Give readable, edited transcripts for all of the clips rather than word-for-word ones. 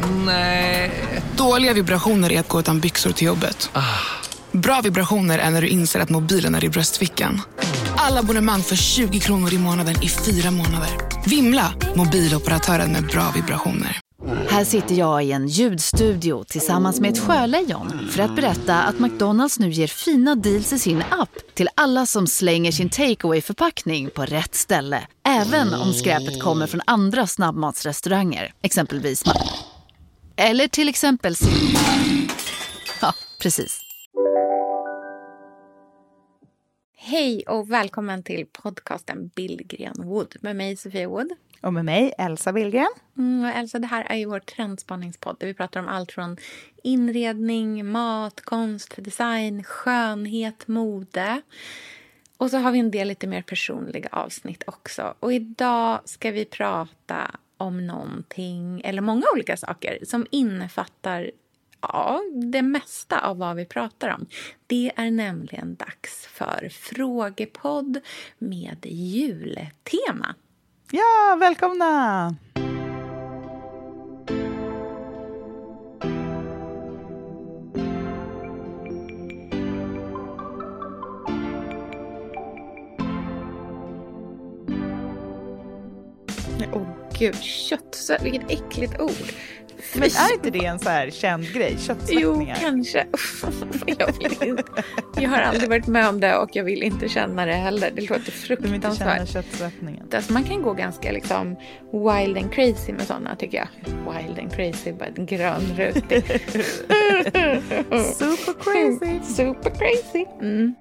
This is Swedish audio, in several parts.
Nej. Dåliga vibrationer är att gå utan byxor till jobbet. Bra vibrationer är när du inser att mobilen är i bröstfickan. Alla abonnemang för 20 kronor i månaden i 4 månader. Vimla, mobiloperatören med bra vibrationer. Här sitter jag i en ljudstudio tillsammans med ett sjölejon för att berätta att McDonald's nu ger fina deals i sin app till alla som slänger sin takeaway-förpackning på rätt ställe. Även om skräpet kommer från andra snabbmatsrestauranger, exempelvis eller till exempel ja, precis. Hej och välkommen till podcasten Billgren Wood med mig Sofia Wood. Och med mig Elsa Billgren. Och Elsa, det här är ju vår trendspaningspodd där vi pratar om allt från inredning, mat, konst, design, skönhet, mode. Och så har vi en del lite mer personliga avsnitt också. Och idag ska vi prata om någonting, eller många olika saker som innefattar det mesta av vad vi pratar om. Det är nämligen dags för frågepodd med jultema. Ja, välkomna! Gud, köttsvett, vilket äckligt ord. Men är inte det en så här känd grej? Köttsvettningar? Jo, kanske. Jag har aldrig varit med om det och jag vill inte känna det heller. Det låter fruktansvärt. Du vill inte känna köttsvettningen? Alltså man kan gå ganska liksom wild and crazy med sådana, tycker jag. Wild and crazy, bara en grön rutig. Super crazy. Super crazy. Mm.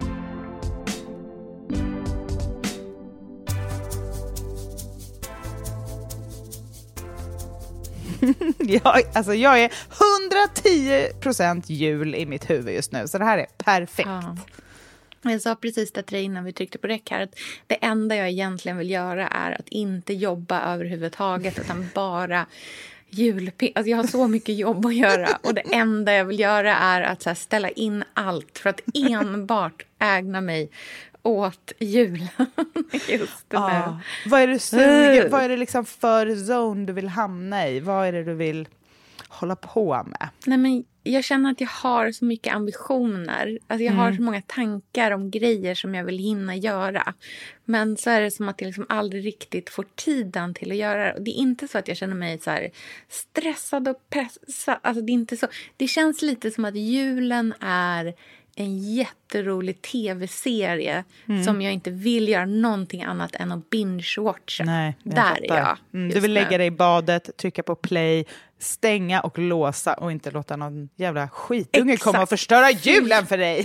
Jag är 110% jul i mitt huvud just nu. Så det här är perfekt. Ja. Jag sa precis det innan vi tryckte på räck här. Att det enda jag egentligen vill göra är att inte jobba överhuvudtaget. Utan bara alltså jag har så mycket jobb att göra. Och det enda jag vill göra är att så här ställa in allt. För att enbart ägna mig åt julen just nu. Vad är det vad är det liksom för zone du vill hamna i? Vad är det du vill hålla på med? Nej, men jag känner att jag har så mycket ambitioner. Alltså jag har så många tankar om grejer som jag vill hinna göra. Men så är det som att jag liksom aldrig riktigt får tiden till att göra det. Och det är inte så att jag känner mig så här stressad och pressad. Alltså det är inte så. Det känns lite som att julen är en jätterolig tv-serie som jag inte vill göra någonting annat än att binge-watcha. Nej, där är jag. Du vill lägga dig i badet, trycka på play, stänga och låsa och inte låta någon jävla skitunge komma och förstöra julen för dig.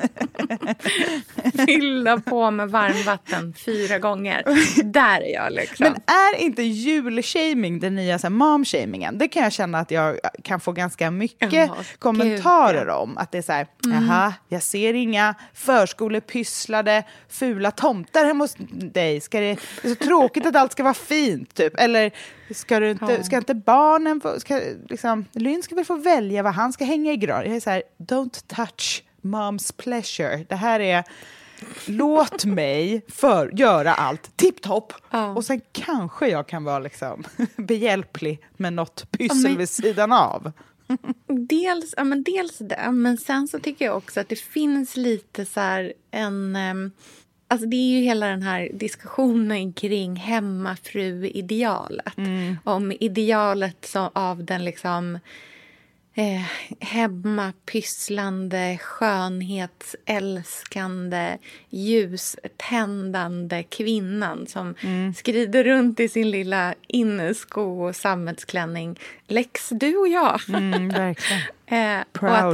Fylla på med varmvatten 4 gånger. Där är jag liksom. Men är inte julshaming den nya mom-shamingen? Det kan jag känna att jag kan få ganska mycket kommentarer om. Att det är så här, jaha, jag ser inga förskolepysslade fula tomtar hemma hos dig. Det är så tråkigt att allt ska vara fint typ. Eller ska inte barnen få, Lynn ska väl få välja vad han ska hänga i gran. Jag är så här, don't touch mom's pleasure. Det här är, låt mig göra allt tipptopp. Och sen kanske jag kan vara behjälplig med något pyssel vid sidan av. Dels det, men sen så tycker jag också att det finns lite så här alltså det är ju hela den här diskussionen kring hemmafru-idealet. Om idealet av den hemmapysslande, skönhetsälskande, ljuständande kvinnan som skrider runt i sin lilla innesko och sammetsklänning. Lex du och jag. Verkligen. Och att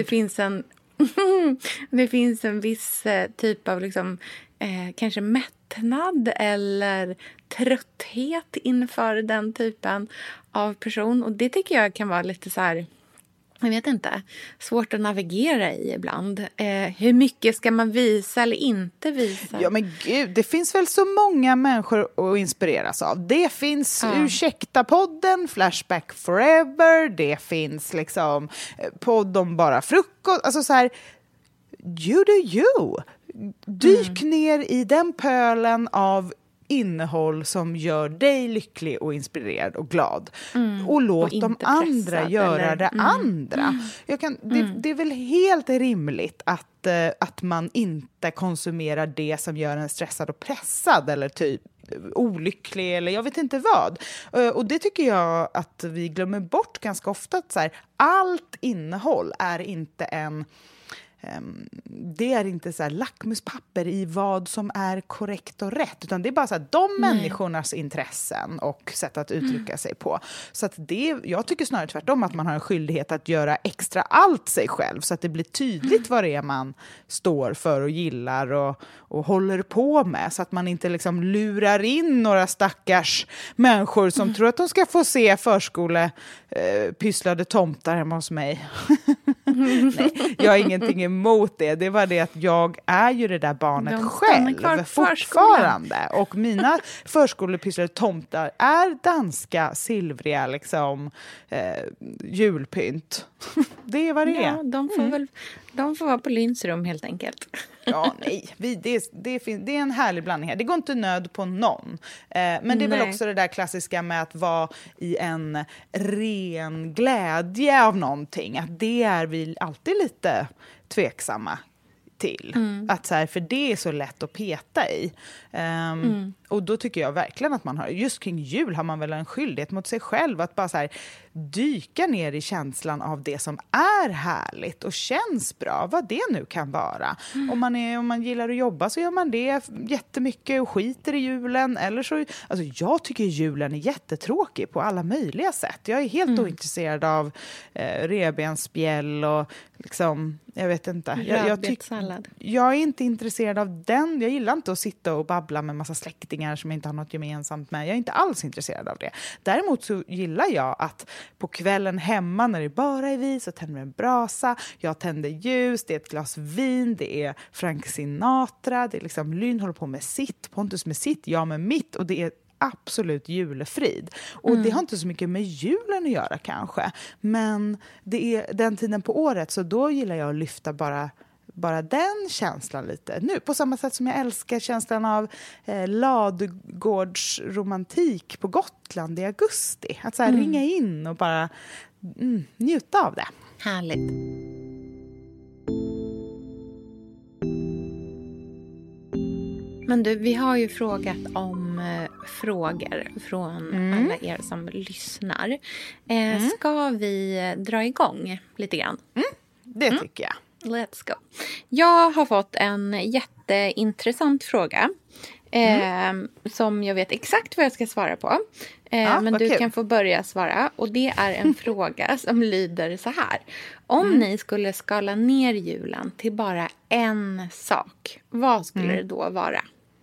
det finns en viss typ av kanske mättnad eller trötthet inför den typen av person. Och det tycker jag kan vara lite så här, jag vet inte, svårt att navigera i ibland. Hur mycket ska man visa eller inte visa? Ja men gud, det finns väl så många människor att inspireras av. Det finns Ursäkta-podden, Flashback Forever, det finns podd om bara frukost. Alltså så här, you do you. Dyk ner i den pölen av innehåll som gör dig lycklig och inspirerad och glad. Och låt och de andra göra det andra. Det är väl helt rimligt att man inte konsumerar det som gör en stressad och pressad eller typ olycklig eller jag vet inte vad. Och det tycker jag att vi glömmer bort ganska ofta, att så här, allt innehåll är inte det är inte så här lackmuspapper i vad som är korrekt och rätt, utan det är bara så här, de människornas intressen och sätt att uttrycka sig på. Så att jag tycker snarare tvärtom att man har en skyldighet att göra extra allt sig själv, så att det blir tydligt vad det är man står för och gillar och håller på med, så att man inte liksom lurar in några stackars människor som tror att de ska få se förskolepysslade tomtar hemma hos mig. Nej, jag har ingenting emot det. Det var det att jag är ju det där barnet själv fortfarande. Och mina förskolepysslade tomtar är danska, silvriga liksom, julpynt. Det är vad det är. De får vara på Lynsrum helt enkelt. Ja, nej. Det är en härlig blandning här. Det går inte nöd på någon. Men det är väl också det där klassiska med att vara i en ren glädje av någonting. Att det är vi alltid lite tveksamma till. Att så här, för det är så lätt att peta i. Och då tycker jag verkligen att man har, just kring jul har man väl en skyldighet mot sig själv att bara så här, dyka ner i känslan av det som är härligt och känns bra, vad det nu kan vara. Om man gillar att jobba så gör man det jättemycket och skiter i julen. Eller så, alltså jag tycker julen är jättetråkig på alla möjliga sätt. Jag är helt ointresserad av revbensspjäll och liksom, jag vet inte. Jag är inte intresserad av den. Jag gillar inte att sitta och babbla med massa släktingar som jag inte har något gemensamt med. Jag är inte alls intresserad av det. Däremot så gillar jag att på kvällen hemma när det bara är vi så tänder en brasa. Jag tänder ljus, det är ett glas vin, det är Frank Sinatra, det är liksom Lynn håller på med sitt, Pontus med sitt, jag med mitt, och det är absolut julefrid. Och det har inte så mycket med julen att göra kanske. Men det är den tiden på året, så då gillar jag att lyfta bara den känslan lite nu. På samma sätt som jag älskar känslan av ladugårdsromantik på Gotland i augusti. Att så här ringa in och bara njuta av det. Härligt. Men du, vi har ju frågat om frågor från alla er som lyssnar. Ska vi dra igång lite grann? Det tycker jag. Let's go. Jag har fått en jätteintressant fråga som jag vet exakt vad jag ska svara på. Men du kan få börja svara. Och det är en fråga som lyder så här. Om ni skulle skala ner julen till bara en sak, vad skulle det då vara?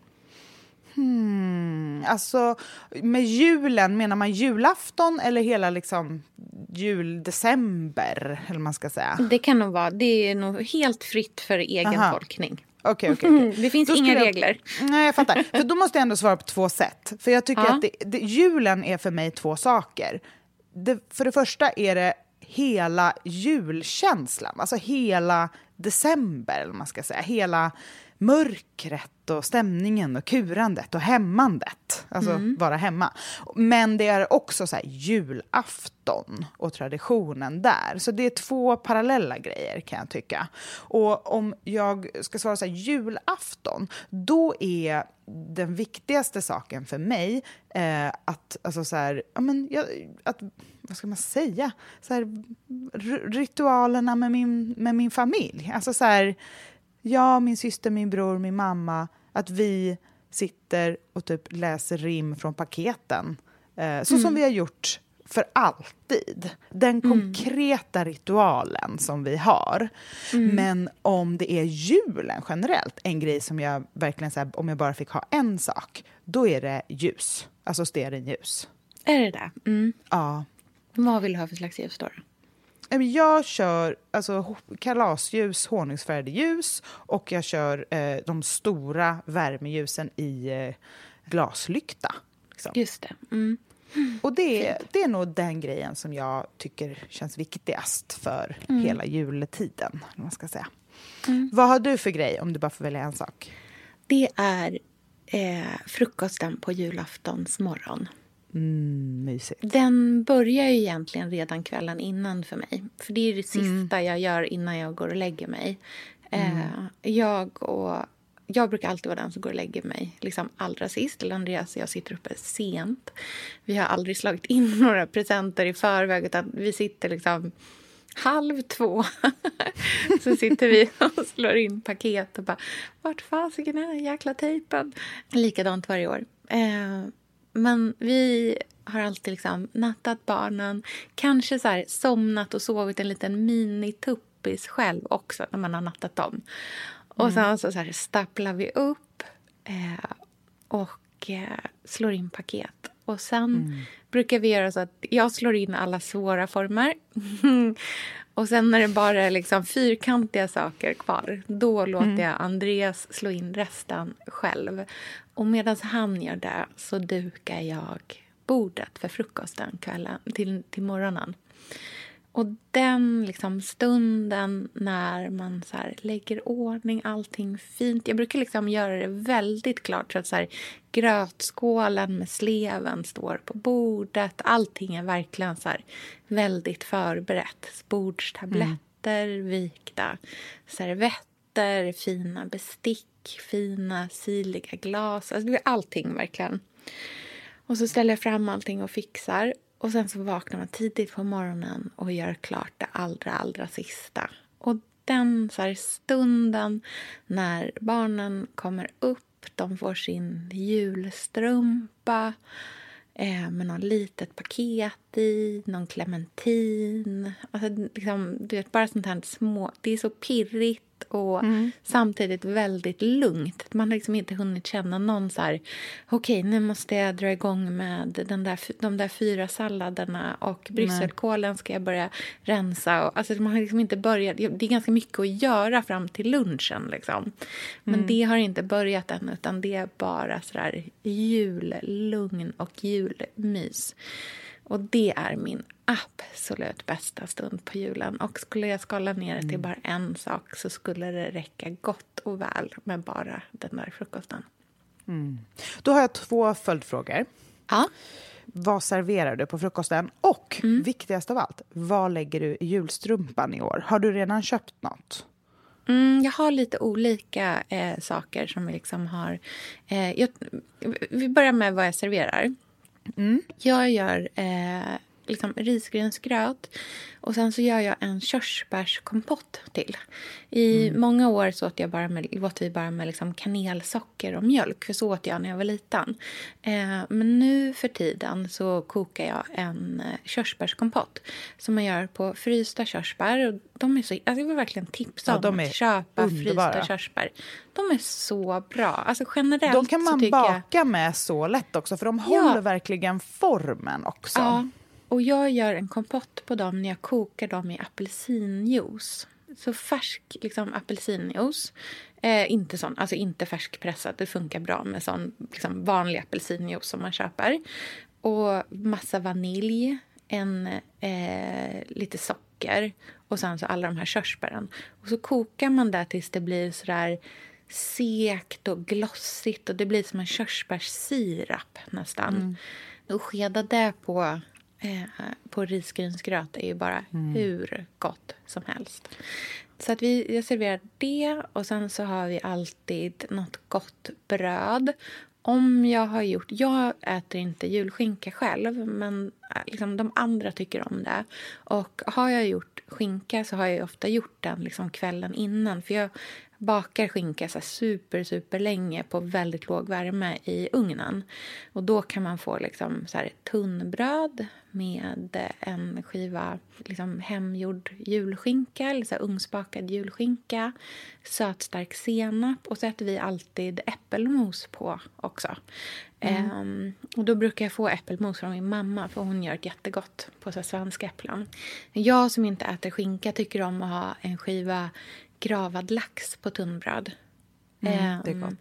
Alltså med julen, menar man julafton eller hela liksom juldecember eller man ska säga? Det kan nog vara, det är nog helt fritt för egen tolkning. Okay. Det finns inga regler. Nej, jag fattar. För då måste jag ändå svara på två sätt. För jag tycker att julen är för mig två saker. För det första är det hela julkänslan. Alltså hela december, eller man ska säga. Hela mörkret och stämningen och kurandet och hemmandet. Alltså vara hemma. Men det är också så här julafton och traditionen där. Så det är två parallella grejer kan jag tycka. Och om jag ska svara så här, julafton, då är den viktigaste saken för mig att, alltså så här, vad ska man säga? Så här, ritualerna med min familj. Alltså så här, jag, min syster, min bror, min mamma, att vi sitter och typ läser rim från paketen. Så som vi har gjort för alltid. Den konkreta ritualen som vi har. Men om det är julen generellt, en grej som jag verkligen så här, om jag bara fick ha en sak, då är det ljus. Alltså stearinljus. Är det det? Ja. Vad vill du ha för slags ljus då? Jag kör alltså kalasljus, honungsfärgade ljus, och jag kör de stora värmeljusen i glaslykta. Liksom. Just det. Och det är nog den grejen som jag tycker känns viktigast för hela juletiden. Man ska säga. Vad har du för grej om du bara får välja en sak? Det är frukosten på julaftons morgon. Mysigt. Den börjar ju egentligen redan kvällen innan för mig. För det är det sista jag gör innan jag går och lägger mig. Jag brukar alltid vara den som går och lägger mig liksom allra sist. Eller Andreas och jag sitter uppe sent. Vi har aldrig slagit in några presenter i förväg. Utan vi sitter liksom 1:30. Så sitter vi och slår in paket och bara, vart fasiken är den jäkla tejpen? Likadant varje år. Men vi har alltid liksom nattat barnen. Kanske så här somnat och sovit en liten mini-tuppis själv också när man har nattat dem. Och sen så här stapplar vi upp och slår in paket. Och sen brukar vi göra så att jag slår in alla svåra former. Och sen när det bara är liksom fyrkantiga saker kvar, då låter jag Andreas slå in resten själv. Och medan han gör det så dukar jag bordet för frukosten kvällen till morgonen. Och den liksom stunden när man så här lägger ordning, allting fint. Jag brukar liksom göra det väldigt klart så att så här, grötskålen med sleven står på bordet. Allting är verkligen så här väldigt förberett. Bordstabletter, vikta servetter, fina bestick, fina siliga glas. Alltså det är allting verkligen. Och så ställer jag fram allting och fixar. Och sen så vaknar man tidigt på morgonen och gör klart det allra sista. Och den så här stunden när barnen kommer upp, de får sin julstrumpa med någon litet paket i, någon clementin. Alltså liksom, du vet, bara sånt här små, det är så pirrigt. Och samtidigt väldigt lugnt. Man har liksom inte hunnit känna någon så här, okej, nu måste jag dra igång med de där 4 salladerna och brysselkålen ska jag börja rensa. Och, alltså man har liksom inte börjat, det är ganska mycket att göra fram till lunchen liksom. Men det har inte börjat än, utan det är bara så där jullugn och julmys. Och det är min absolut bästa stund på julen. Och skulle jag skala ner det till bara en sak så skulle det räcka gott och väl med bara den där frukosten. Då har jag 2 följdfrågor. Ja. Vad serverar du på frukosten? Och viktigast av allt, vad lägger du i julstrumpan i år? Har du redan köpt något? Jag har lite olika saker som vi liksom har. Vi börjar med vad jag serverar. Jag gör liksom risgrynsgröt och sen så gör jag en körsbärskompott till. I många år så åt vi bara med liksom kanelsocker och mjölk, för så åt jag när jag var liten. Men nu för tiden så kokar jag en körsbärskompott som man gör på frysta körsbär. Och de är så, alltså jag vill verkligen tipsa om att köpa frysta körsbär. De är så bra. Alltså generellt de kan man baka med så lätt också, för de håller verkligen formen också. Ja. Och jag gör en kompott på dem när jag kokar dem i apelsinjuice. Så färsk liksom, apelsinjuice. Inte färskpressat. Det funkar bra med sån liksom, vanlig apelsinjuice som man köper. Och massa vanilj. Lite socker. Och sen så alla de här körsbären. Och så kokar man det tills det blir sådär sekt och glossigt. Och det blir som en körsbärssirap nästan. Och skeda det på risgrynsgröt är ju bara hur gott som helst. Så att jag serverar det och sen så har vi alltid något gott bröd. Jag äter inte julskinka själv, men liksom de andra tycker om det. Och har jag gjort skinka så har jag ofta gjort den liksom kvällen innan. För jag bakar skinka så super länge på väldigt låg värme i ugnen. Och då kan man få liksom så här tunnbröd med en skiva liksom hemgjord julskinka, eller så här ugnsbakad julskinka, sötstark senap, och så äter vi alltid äppelmos på också. Och då brukar jag få äppelmos från min mamma, för hon gör ett jättegott på så här svenska äpplen. Jag som inte äter skinka tycker om att ha en skiva gravad lax på tunnbröd. Det är gott.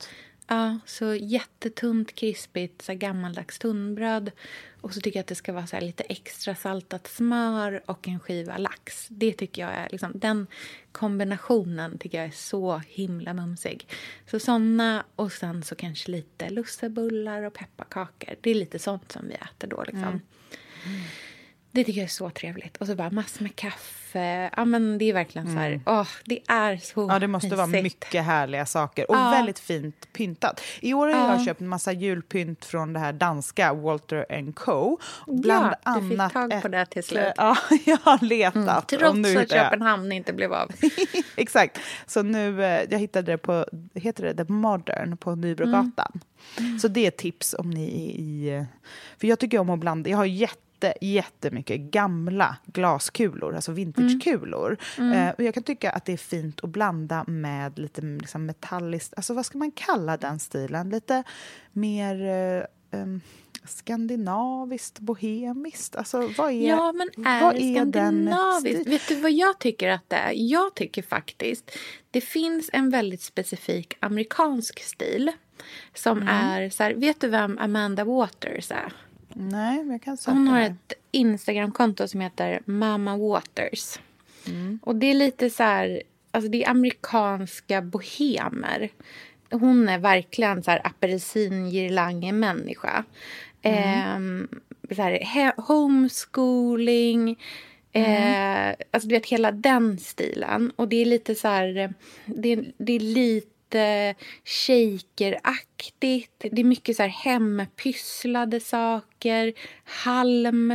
Ja, så jättetunt, krispigt, så här gammaldags tunnbröd. Och så tycker jag att det ska vara så här lite extra saltat smör och en skiva lax. Det tycker jag är liksom, den kombinationen tycker jag är så himla mumsig. Så såna, och sen så kanske lite lussebullar och pepparkakor. Det är lite sånt som vi äter då liksom. Det tycker jag är så trevligt. Och så bara massor med kaffe. Ja, men det är verkligen så här, det är så Ja, det måste mysigt. vara mycket härliga saker. Och väldigt fint pyntat. I år har jag köpt en massa julpynt från det här danska Walter & Co. Bland annat du fick tag på det till slut. Ja, jag har letat. Trots att Köpenhamn inte blev av. Exakt. Så nu, jag hittade det på, heter det The Modern på Nybrogatan. Så det är ett tips om ni är i... För jag tycker om att blanda, jag har jättemycket gamla glaskulor, alltså vintagekulor. Och jag kan tycka att det är fint att blanda med lite liksom metalliskt, alltså vad ska man kalla den stilen? Lite mer skandinaviskt, bohemiskt. Alltså vad är, ja, men vad är skandinaviskt? Vet du vad jag tycker att det är? Jag tycker faktiskt det finns en väldigt specifik amerikansk stil som är så här, vet du vem Amanda Waters är? Nej, men jag kan söka. Hon har ett Instagramkonto som heter Mama Waters. Och det är lite så här, alltså det är amerikanska bohemer. Hon är verkligen så här apelsingirlange-människa. Så här, homeschooling. Alltså du vet hela den stilen. Och det är lite så här, det är lite shakeraktigt. Det är mycket så här hempysslade saker. Halm,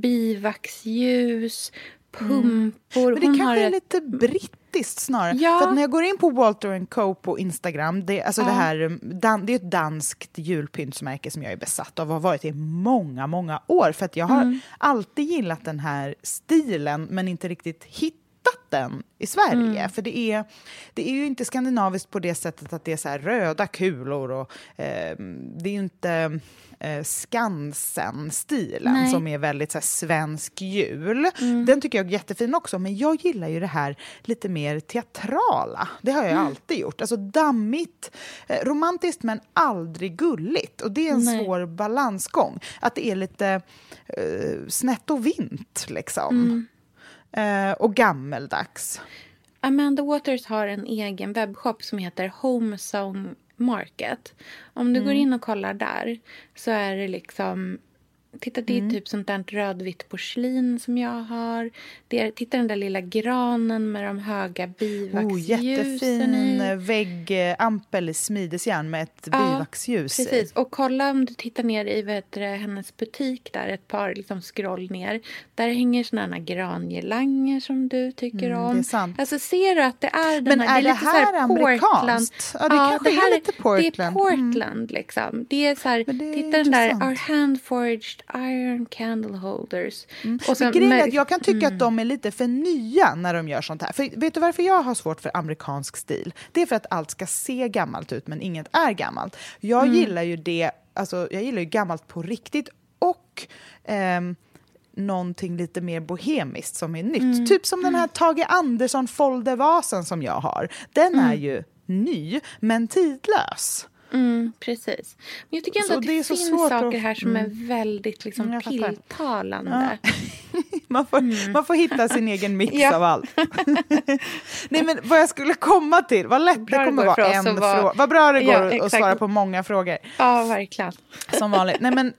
bivaxljus, pumpor. Men det kanske är lite brittiskt snarare. Ja. För att när jag går in på Walter & Co på Instagram, det är ett danskt julpyntsmärke som jag är besatt av och har varit i många år. För att jag har alltid gillat den här stilen men inte riktigt hittat den i Sverige. För det är ju inte skandinaviskt på det sättet att det är så här röda kulor och det är ju inte Skansen-stilen som är väldigt så här svensk jul. Den tycker jag är jättefin också, men jag gillar ju det här lite mer teatrala. Det har jag alltid gjort. Alltså dammigt, romantiskt men aldrig gulligt. Och det är en svår balansgång. Att det är lite snett och vint liksom. Och gammeldags. Amanda Waters har en egen webbshop som heter Homesong Market. Om du går in och kollar där så är det liksom... Titta, det är typ sånt där rödvitt porslin som jag har. Titta den där lilla granen med de höga bivaxljusen jättefin väggampel i smidesjärn med ett bivaxljus i. Precis. Och kolla om du tittar ner i hennes butik där, ett par liksom scroll ner. Där hänger såna här grangirlanger som du tycker om. Det är sant. Alltså ser du att det är den men här... är det här amerikanskt? Ja, det kanske är lite Portland. Det är Portland liksom. Det är så här, titta den där Our Hand-Forged Iron Candle Holders. Och sen jag kan tycka att de är lite för nya när de gör sånt här. För vet du varför jag har svårt för amerikansk stil? Det är för att allt ska se gammalt ut men inget är gammalt. Jag gillar ju det, alltså jag gillar ju gammalt på riktigt och någonting lite mer bohemiskt som är nytt. Typ som den här Tage Andersson foldervasen som jag har. Den är ju ny men tidlös. Precis. Men jag tycker ändå att det finns saker här som är väldigt liksom tilltalande. Ja. Man får hitta sin egen mix av allt. Nej, men vad jag skulle komma till, vad lätt det kommer vara en fråga. Vad bra det går att svara på många frågor. Ja, verkligen. Som vanligt. Nej, men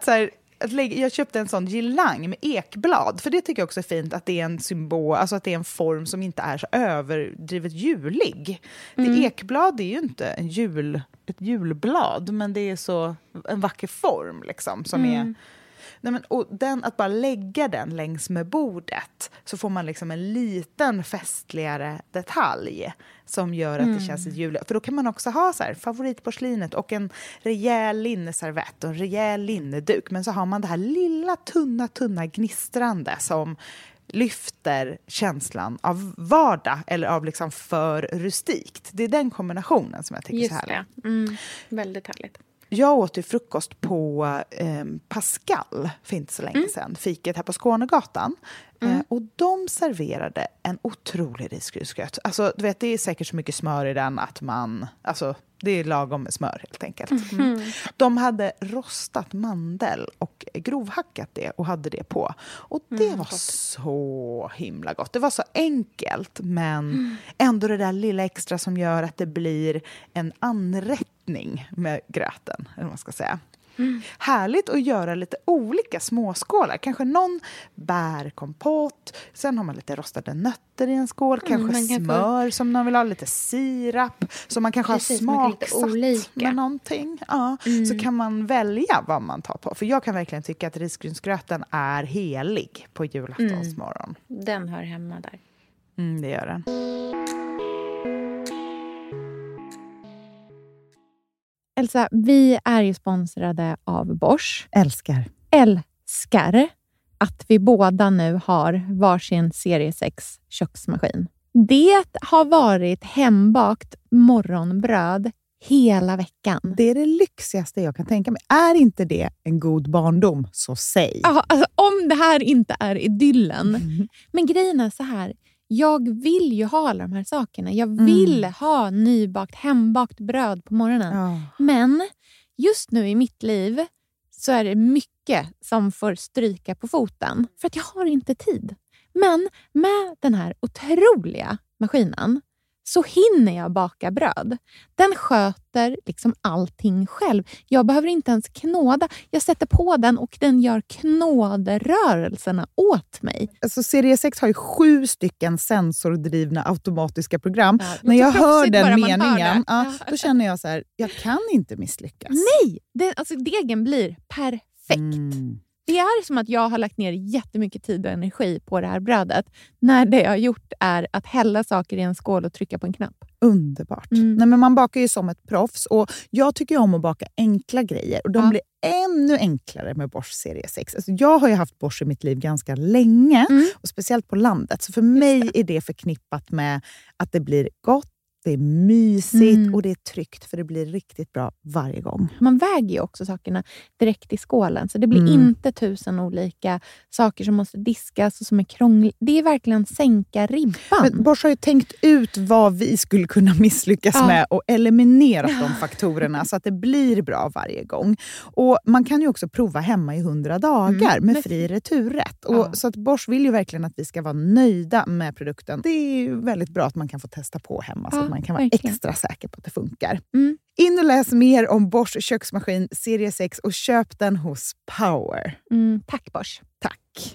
jag köpte en sån girlang med ekblad. För det tycker jag också är fint att det är en symbol, alltså att det är en form som inte är så överdrivet julig. Ekblad är ju inte ett julblad, men det är så en vacker form liksom som är... Nej, men, och att bara lägga den längs med bordet så får man liksom en liten festligare detalj som gör att det känns juligt. För då kan man också ha så här, favoritporslinet och en rejäl linneservett och en rejäl linneduk. Men så har man det här lilla tunna gnistrande som lyfter känslan av vardag eller av liksom för rustikt. Det är den kombinationen som jag tycker är så härlig. Väldigt härligt. Jag åt ju frukost på Pascal för inte så länge sedan. Fiket här på Skånegatan. Och de serverade en otrolig risgrynsgröt. Alltså, du vet, det är säkert så mycket smör i den att man... Alltså, det är lagom med smör helt enkelt. De hade rostat mandel och grovhackat det och hade det på. Och det var så himla gott. Det var så enkelt, men ändå det där lilla extra som gör att det blir en anrättning med gröten, eller vad man ska säga. Härligt att göra lite olika småskålar. Kanske någon bärkompott. Sen har man lite rostade nötter i en skål. Kanske smör som man vill ha. Lite sirap. Som man kanske har smaksatt med någonting. Ja, så kan man välja vad man tar på. För jag kan verkligen tycka att risgrynsgröten är helig på julaftonsmorgon. Den hör hemma där. Det gör den. Elsa, vi är ju sponsrade av Bosch. Älskar att vi båda nu har varsin serie 6 köksmaskin. Det har varit hembakt morgonbröd hela veckan. Det är det lyxigaste jag kan tänka mig. Är inte det en god barndom, så säg. Ja, alltså, om det här inte är idyllen. Men grejen är så här. Jag vill ju ha alla de här sakerna. Jag vill ha nybakt, hembakt bröd på morgonen. Ja. Men just nu i mitt liv så är det mycket som får stryka på foten. För att jag har inte tid. Men med den här otroliga maskinen så hinner jag baka bröd. Den sköter liksom allting själv. Jag behöver inte ens knåda. Jag sätter på den och den gör knåderörelserna åt mig. Alltså serie 6 har ju 7 stycken sensordrivna automatiska program. Ja, när jag hör den meningen, då känner jag så här, jag kan inte misslyckas. Nej, degen blir perfekt. Det är som att jag har lagt ner jättemycket tid och energi på det här brödet. När det jag har gjort är att hälla saker i en skål och trycka på en knapp. Underbart. Nej, men man bakar ju som ett proffs. Och jag tycker om att baka enkla grejer. Och de blir ännu enklare med Bosch serie 6. Alltså jag har ju haft Bosch i mitt liv ganska länge. Och speciellt på landet. Så för mig är det förknippat med att det blir gott. Det är mysigt och det är tryggt, för det blir riktigt bra varje gång. Man väger ju också sakerna direkt i skålen. Så det blir inte 1000 olika saker som måste diskas och som är krångligt. Det är verkligen sänka ribban. Men Bosch har ju tänkt ut vad vi skulle kunna misslyckas med och eliminerat de faktorerna så att det blir bra varje gång. Och man kan ju också prova hemma i 100 dagar med fri returrätt. Och så att Bosch vill ju verkligen att vi ska vara nöjda med produkten. Det är ju väldigt bra att man kan få testa på hemma så man kan vara extra säker på att det funkar. In och läs mer om Bosch köksmaskin serie 6 och köp den hos Power. Tack Bosch. Tack.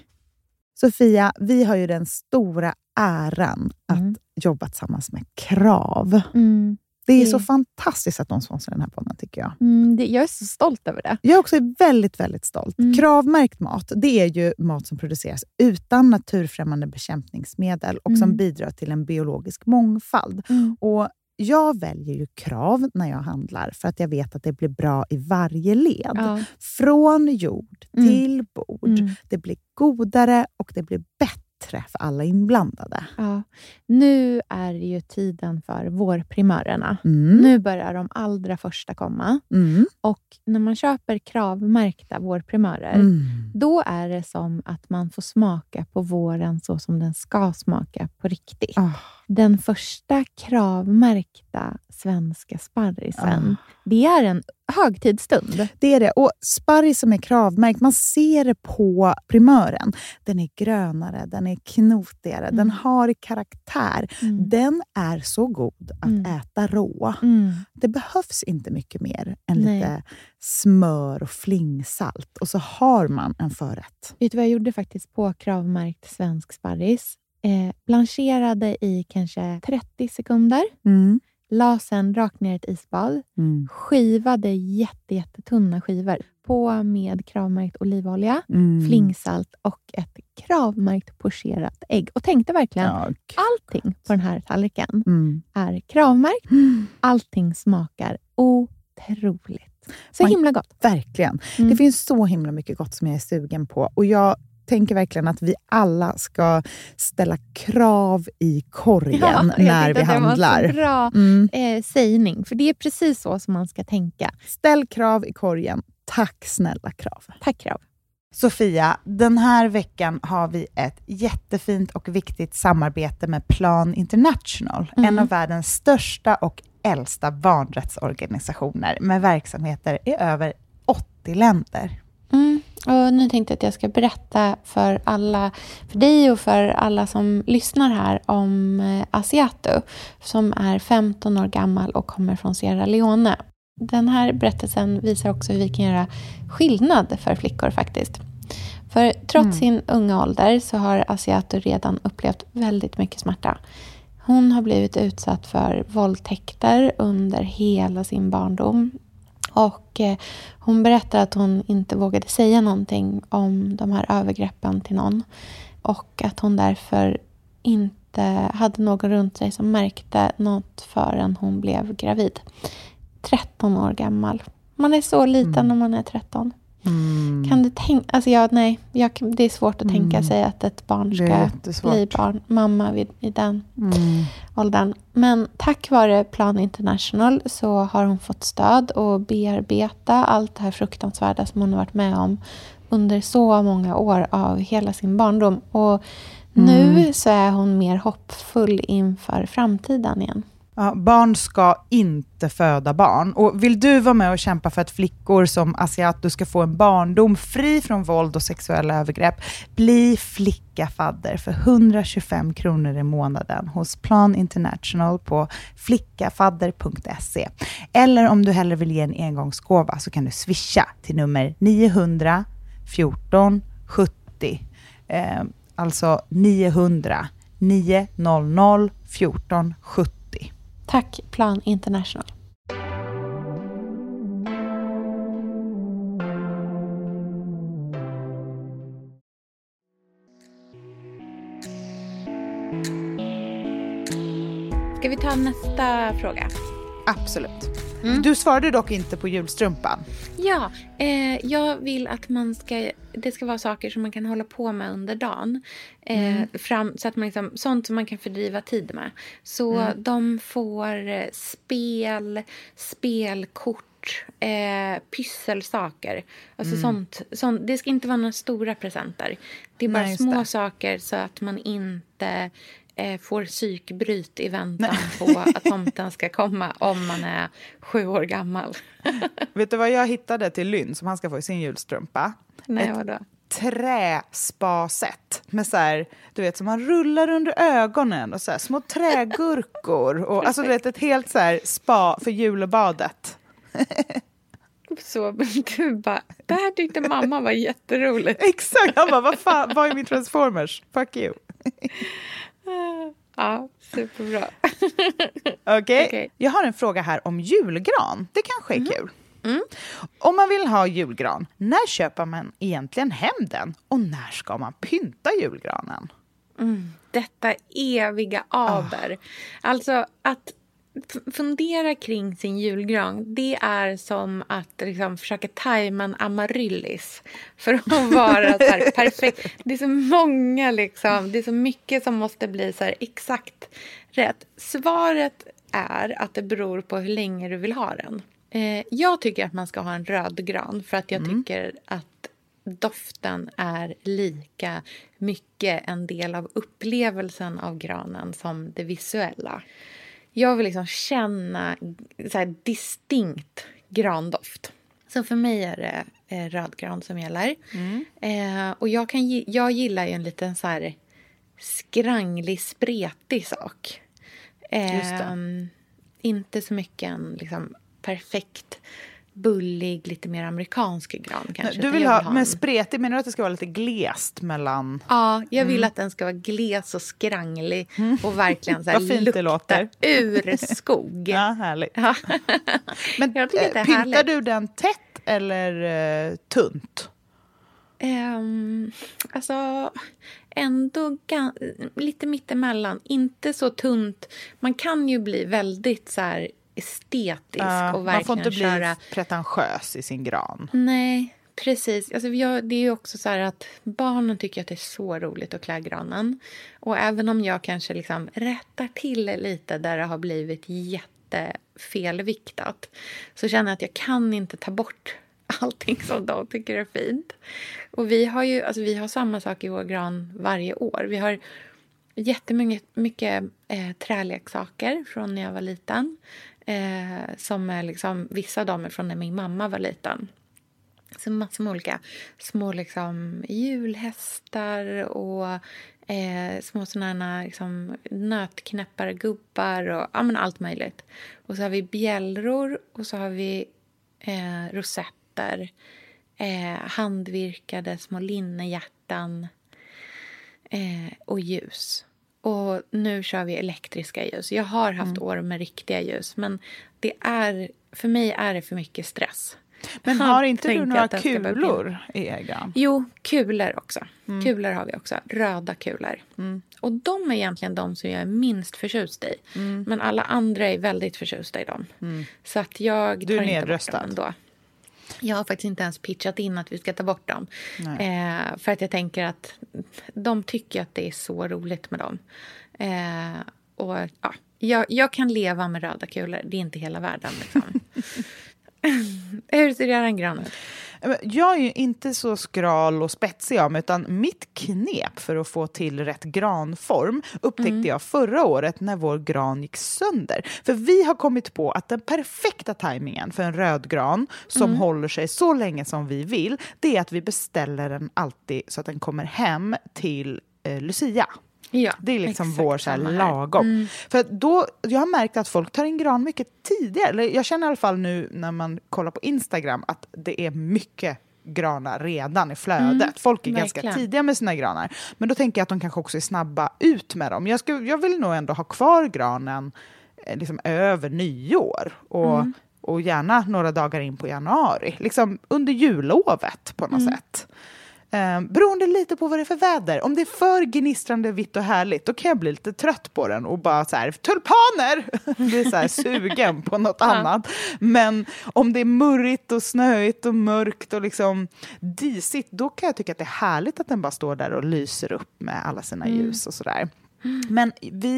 Sofia, vi har ju den stora äran att jobba tillsammans med Krav. Det är så fantastiskt att de sponsrar den här podden, tycker jag. Jag är så stolt över det. Jag är också väldigt, väldigt stolt. Kravmärkt mat, det är ju mat som produceras utan naturfrämmande bekämpningsmedel och som bidrar till en biologisk mångfald. Och jag väljer ju Krav när jag handlar för att jag vet att det blir bra i varje led. Från jord till bord. Det blir godare och det blir bättre för alla inblandade. Ja. Nu är det ju tiden för vårprimörerna. Nu börjar de allra första komma. Och när man köper kravmärkta vårprimörer, då är det som att man får smaka på våren så som den ska smaka på riktigt. Den första kravmärkta svenska sparrisen, det är en högtidsstund. Det är det. Och sparris som är kravmärkt, man ser det på primören. Den är grönare, den är knotigare, den har karaktär. Den är så god att äta rå. Det behövs inte mycket mer än lite smör och flingsalt. Och så har man en förrätt. Vet du vad jag gjorde faktiskt på kravmärkt svensk sparris? Blancherade i kanske 30 sekunder. La sen rakt ner ett isbad. Skivade jättetunna skivor. På med kravmärkt olivolja, flingsalt och ett kravmärkt pocherat ägg. Och tänkte verkligen, allting på den här tallriken är kravmärkt. Allting smakar otroligt. Så himla gott. Verkligen. Det finns så himla mycket gott som jag är sugen på. Och jag tänker verkligen att vi alla ska ställa krav i korgen när vi handlar. Det var så bra sägning. För det är precis så som man ska tänka. Ställ krav i korgen. Tack snälla krav. Tack krav. Sofia, den här veckan har vi ett jättefint och viktigt samarbete med Plan International. En av världens största och äldsta barnrättsorganisationer med verksamheter i över 80 länder. Och nu tänkte jag att jag ska berätta för dig och för alla som lyssnar här om Assiatou, som är 15 år gammal och kommer från Sierra Leone. Den här berättelsen visar också hur vi kan göra skillnad för flickor faktiskt. För trots sin unga ålder så har Assiatou redan upplevt väldigt mycket smärta. Hon har blivit utsatt för våldtäkter under hela sin barndom. Och hon berättar att hon inte vågade säga någonting om de här övergreppen till någon. Och att hon därför inte hade någon runt sig som märkte något förrän hon blev gravid. 13 år gammal. Man är så liten när man är 13. Kan du tänka... Alltså det är svårt att tänka sig att ett barn ska bli mamma i den åldern. Men tack vare Plan International så har hon fått stöd och bearbeta allt det här fruktansvärda som hon har varit med om under så många år av hela sin barndom. Och nu så är hon mer hoppfull inför framtiden igen. Ja, barn ska inte föda barn. Och vill du vara med och kämpa för att flickor som Assiatou ska få en barndom fri från våld och sexuella övergrepp, bli flickafadder för 125 kronor i månaden hos Plan International på flickafadder.se. Eller om du hellre vill ge en engångsgåva så kan du swisha till nummer 900 14 70. Alltså 900 900 14 70. Tack Plan International. Ska vi ta nästa fråga? Absolut. Du svarade dock inte på julstrumpan. Ja, jag vill att det ska vara saker som man kan hålla på med under dagen. Så att man liksom, sånt som man kan fördriva tid med. Så de får spelkort, pysselsaker. Alltså sånt. Det ska inte vara några stora presenter. Det är bara små saker så att man inte får psykbryt i väntan på att tomten ska komma om man är 7 år gammal. Vet du vad jag hittade till Lynn som han ska få i sin julstrumpa? Nej, vadå? Träspaset med så här, du vet, som man rullar under ögonen och så här, små trägurkor och alltså du vet, ett helt så här spa för julebadet. Så du bara, det här tyckte mamma var jätteroligt. Exakt, jag bara, vad fan, vad är min Transformers? Fuck you. Ja, superbra. Okej. Jag har en fråga här om julgran. Det kanske är kul. Om man vill ha julgran, när köper man egentligen hem den? Och när ska man pynta julgranen? Detta eviga aber. Alltså att fundera kring sin julgran, det är som att liksom försöka tajma en amaryllis för att vara så här perfekt. Det är så många liksom, det är så mycket som måste bli så här exakt rätt. Svaret är att det beror på hur länge du vill ha den. Jag tycker att man ska ha en röd gran för att jag tycker att doften är lika mycket en del av upplevelsen av granen som det visuella. Jag vill liksom känna så här distinkt grandoft. Så för mig är det rödgran som gäller. Och jag gillar ju en liten så här skranglig, spretig sak. Just det. Inte så mycket en liksom perfekt, bullig, lite mer amerikansk gran kanske. Du vill ha med spretig, menar du att det ska vara lite glest mellan? Ja, jag vill att den ska vara gles och skranglig och verkligen så här lukta ur skog. Ja, härligt. Ja. Men jag tycker det är pyntar härligt. du den tätt eller tunt? Alltså ändå lite mittemellan. Inte så tunt. Man kan ju bli väldigt så här estetisk och verkligen man får inte köra. bli pretentiös i sin gran. Nej, Precis. Alltså det är ju också så här att barnen tycker att det är så roligt att klä granen. Och även om jag kanske liksom rättar till lite där det har blivit jättefelviktat, så känner jag att jag kan inte ta bort allting som de tycker är fint. Och vi har samma sak i vår gran varje år. Vi har jättemycket träleksaker från när jag var liten. Som är liksom, vissa av dem är från när min mamma var liten. Så massor med olika små liksom julhästar och små sådana liksom nötknäppargubbar och allt möjligt. Och så har vi bjällror och så har vi rosetter, handvirkade små linnehjärtan och ljus. Och nu kör vi elektriska ljus. Jag har haft år med riktiga ljus, men för mig är det för mycket stress. Men har inte du några kulor i gran? Jo, kulor också. Kulor har vi också. Röda kulor. Och de är egentligen de som jag är minst förtjust i. Men alla andra är väldigt förtjusta i dem. Så att jag tar inte bort dem ändå. Jag har faktiskt inte ens pitchat in att vi ska ta bort dem. För att jag tänker att de tycker att det är så roligt med dem. Och jag kan leva med röda kulor. Det är inte hela världen liksom. Hur ser den gran ut? Jag är ju inte så skral och spetsig av mig, utan mitt knep för att få till rätt granform upptäckte jag förra året när vår gran gick sönder. För vi har kommit på att den perfekta tajmingen för en röd gran som håller sig så länge som vi vill, det är att vi beställer den alltid så att den kommer hem till Lucia. Ja, det är liksom vår så här lagom. För då, jag har märkt att folk tar in gran mycket tidigare. Eller jag känner i alla fall nu när man kollar på Instagram att det är mycket granar redan i flödet. Folk är ganska tidiga med sina granar. Men då tänker jag att de kanske också är snabba ut med dem. Jag vill nog ändå ha kvar granen liksom över nyår. Och gärna några dagar in på januari. Liksom under jullovet på något sätt. Beroende lite på vad det är för väder. Om det är för gnistrande, vitt och härligt, då kan jag bli lite trött på den och bara så här, tulpaner! Det är så här sugen på något annat. Men om det är murrigt och snöigt och mörkt och liksom disigt, då kan jag tycka att det är härligt att den bara står där och lyser upp med alla sina ljus och sådär. Men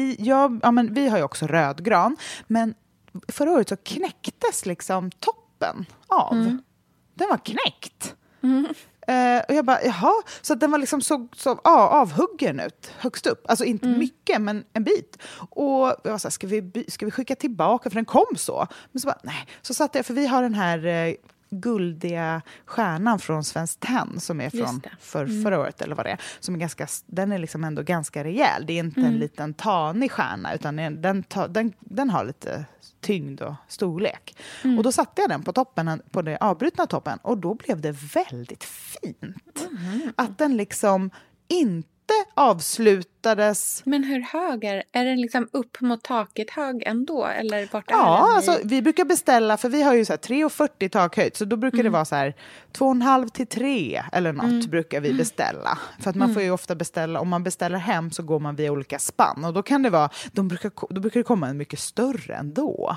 vi har ju också rödgran, men förra året så knäcktes liksom toppen av. Den var knäckt. Och jag bara, jaha. Så att den var liksom så avhuggen ut, högst upp. Alltså inte mycket, men en bit. Och jag var så här, ska vi skicka tillbaka? För den kom så. Men så bara, nej. Så satt jag, för vi har den här guldiga stjärnan från Svenskt Tenn som är från förra året, eller vad det är. Som är den är liksom ändå ganska rejäl. Det är inte en liten tanig stjärna, utan den har lite tyngd och storlek. Och då satte jag den på toppen, på det avbrutna toppen, och då blev det väldigt fint. Att den liksom inte avslutades. Men hur hög är den liksom upp mot taket hög ändå? Eller vart är den? Ja, alltså vi brukar beställa, för vi har ju så här 3,40 takhöjd, så då brukar det vara så här 2,5 till 3 eller något brukar vi beställa. För att man får ju ofta beställa, om man beställer hem så går man via olika spann, och då kan det vara, då brukar det komma en mycket större ändå.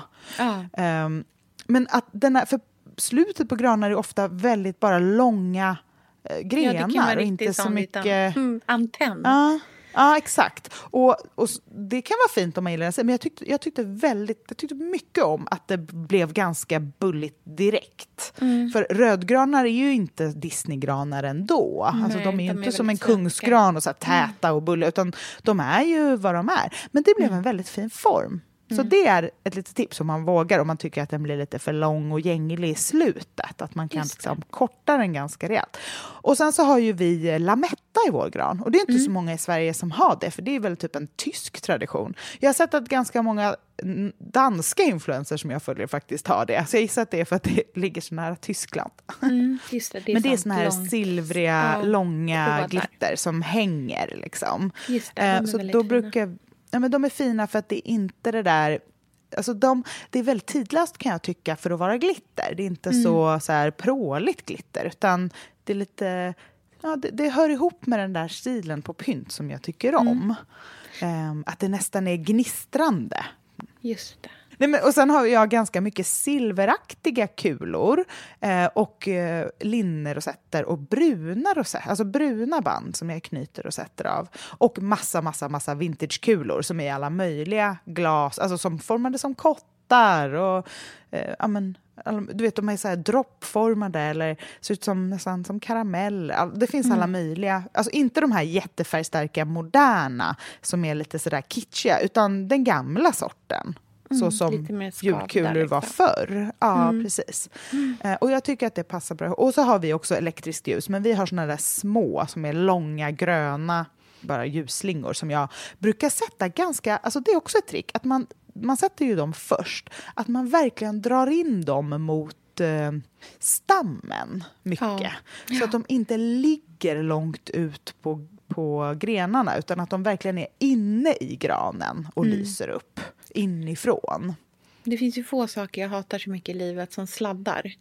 Men att för slutet på granar är ofta väldigt bara långa grenar och inte så mycket antenn. Ja, exakt. Och det kan vara fint om man gillar det. Men jag tyckte mycket om att det blev ganska bulligt direkt. För rödgranar är ju inte Disneygranar ändå. Nej, alltså, de är ju inte som en kungsgran och så här täta och bulliga, utan de är ju vad de är. Men det blev en väldigt fin form. Så det är ett litet tips om man vågar, om man tycker att den blir lite för lång och gänglig i slutet. Att man kan liksom korta den ganska rejält. Och sen så har ju vi lametta i vår gran. Och det är inte så många i Sverige som har det, för det är väl typ en tysk tradition. Jag har sett att ganska många danska influencers som jag följer faktiskt har det. Så jag gissar att det är för att det ligger så nära Tyskland. Just det, men det är såna här silvriga, långa glitter som hänger liksom. Just det, så då brukar... Ja, men de är fina för att det är inte det där... Alltså det är väldigt tidlöst, kan jag tycka, för att vara glitter. Det är inte så här pråligt glitter, utan det är lite... Ja, det hör ihop med den där stilen på pynt som jag tycker om. Att det nästan är gnistrande. Just det. Nej, men, och sen har jag ganska mycket silveraktiga kulor och linnerosetter och bruna rosetter, alltså bruna band som jag knyter rosetter av. Och massa vintagekulor som är i alla möjliga glas, alltså som formade som kottar och du vet, de är så här droppformade eller ser ut som nästan som karamell. Det finns alla möjliga, alltså inte de här jättefärgstarka moderna som är lite sådär kitschiga, utan den gamla sorten. Så som julkulor var förr. Ja, precis. Och jag tycker att det passar bra. Och så har vi också elektriskt ljus. Men vi har såna där små som är långa, gröna, bara ljusslingor som jag brukar sätta ganska... Alltså det är också ett trick. Att man sätter ju dem först. Att man verkligen drar in dem mot stammen mycket. Ja. Så att de inte ligger långt ut på grenarna, utan att de verkligen är inne i granen och lyser upp inifrån. Det finns ju få saker jag hatar så mycket i livet som sladdar.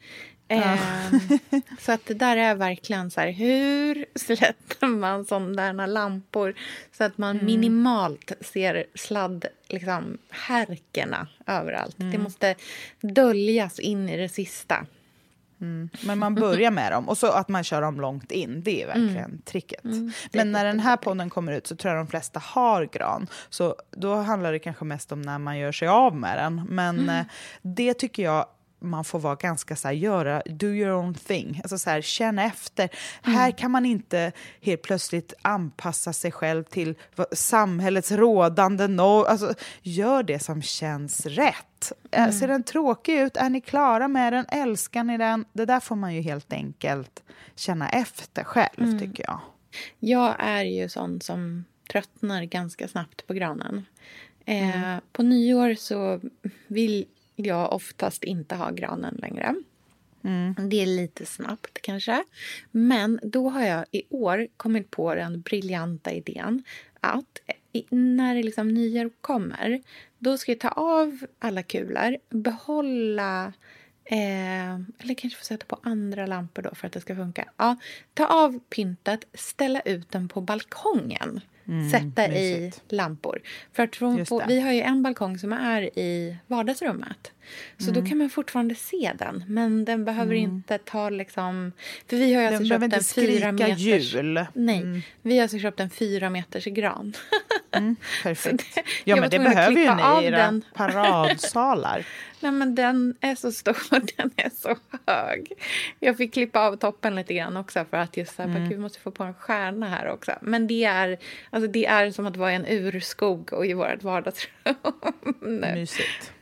Så att det där är verkligen så här, hur släpper man sådana lampor så att man minimalt ser sladd, liksom, härkerna överallt. Det måste döljas in i det sista. Men man börjar med dem och så att man kör dem långt in, det är verkligen tricket. Men när den här podden kommer ut så tror jag de flesta har gran, så då handlar det kanske mest om när man gör sig av med den. Men det tycker jag man får vara ganska så här, do your own thing. Alltså så här, känna efter. Här kan man inte helt plötsligt anpassa sig själv till samhällets rådande alltså, gör det som känns rätt. Ser den tråkig ut? Är ni klara med den? Älskar ni den? Det där får man ju helt enkelt känna efter själv, tycker jag. Jag är ju sån som tröttnar ganska snabbt på granen. På nyår så vill jag oftast inte ha granen längre. Det är lite snabbt kanske. Men då har jag i år kommit på den briljanta idén att när det liksom nyår kommer, då ska jag ta av alla kulor, behålla eller kanske få sätta på andra lampor då för att det ska funka. Ja, ta av pyntet, ställa ut den på balkongen. Sätta i lampor. För att vi har ju en balkong som är i vardagsrummet. Så då kan man fortfarande se den. Men den behöver inte ta liksom... För vi har ju alltså köpt en 4 meters... jul. Nej, vi har alltså köpt en 4 meters gran. Perfekt. Ja, men det behöver ju ni i era paradsalar. Nej, men den är så stor och den är så hög. Jag fick klippa av toppen lite grann också för att just så här, vi måste få på en stjärna här också. Men det är som att vara i en urskog och i vårt vardagsrum. Mysigt.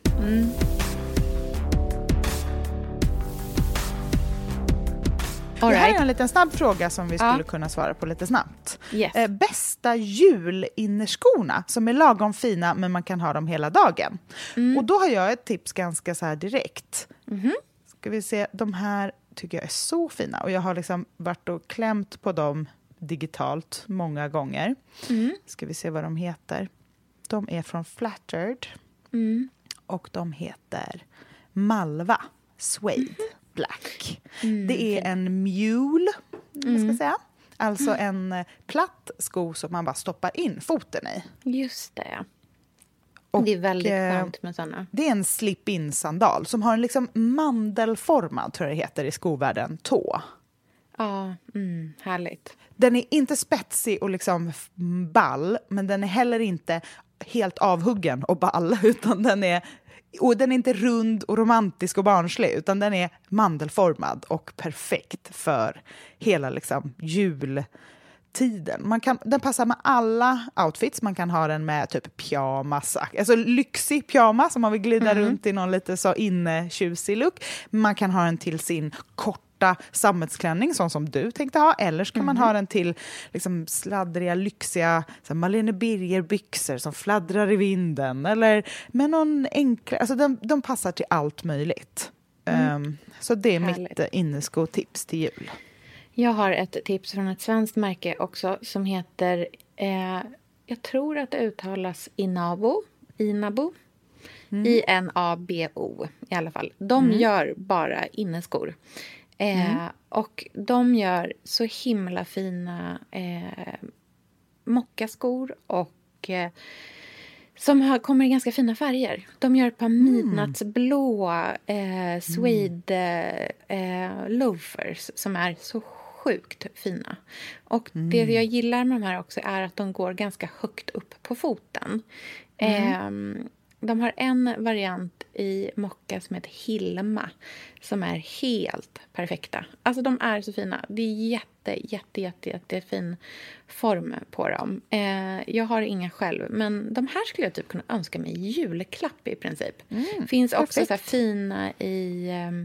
Det här är en liten snabb fråga som vi skulle kunna svara på lite snabbt. Yes. Bästa julinnerskorna som är lagom fina men man kan ha dem hela dagen. Och då har jag ett tips ganska så här direkt. Ska vi se, de här tycker jag är så fina. Och jag har liksom varit och klämt på dem digitalt många gånger. Ska vi se vad de heter. De är från Flattered. Och de heter Malva Suede Black. Det är en mule, ska jag säga. Alltså en platt sko som man bara stoppar in foten i. Just det. Och det är väldigt skönt med sådana. Det är en slip-in sandal som har en liksom mandelformad, tror jag det heter i skovärlden, tå. Ja, härligt. Den är inte spetsig och liksom ball, men den är heller inte helt avhuggen och ball, utan den är inte rund och romantisk och barnslig, utan den är mandelformad och perfekt för hela liksom jultiden. Den passar med alla outfits. Man kan ha den med typ pyjamas, alltså lyxig pyjamas om man vill glida runt i någon lite så inne-tjusig look. Man kan ha den till sin korta sammetsklänning, sån som du tänkte ha, eller så kan man ha den till liksom sladdriga, lyxiga så Malene Birger-byxor som fladdrar i vinden, eller med någon enklare, alltså de passar till allt möjligt. Så det är mitt inneskotips till jul. Jag har ett tips från ett svenskt märke också som heter jag tror att det uttalas Inabo. INABO i alla fall. De gör bara inneskor. Och de gör så himla fina mockaskor och Som kommer i ganska fina färger. De gör ett par midnattsblå suede loafers som är så sjukt fina. Och det jag gillar med de här också är att de går ganska högt upp på foten. De har en variant i mocka som heter Hilma som är helt perfekta. Alltså de är så fina. Det är jättefin form på dem. Jag har inga själv, men de här skulle jag typ kunna önska mig i julklapp i princip. Finns också så här fina i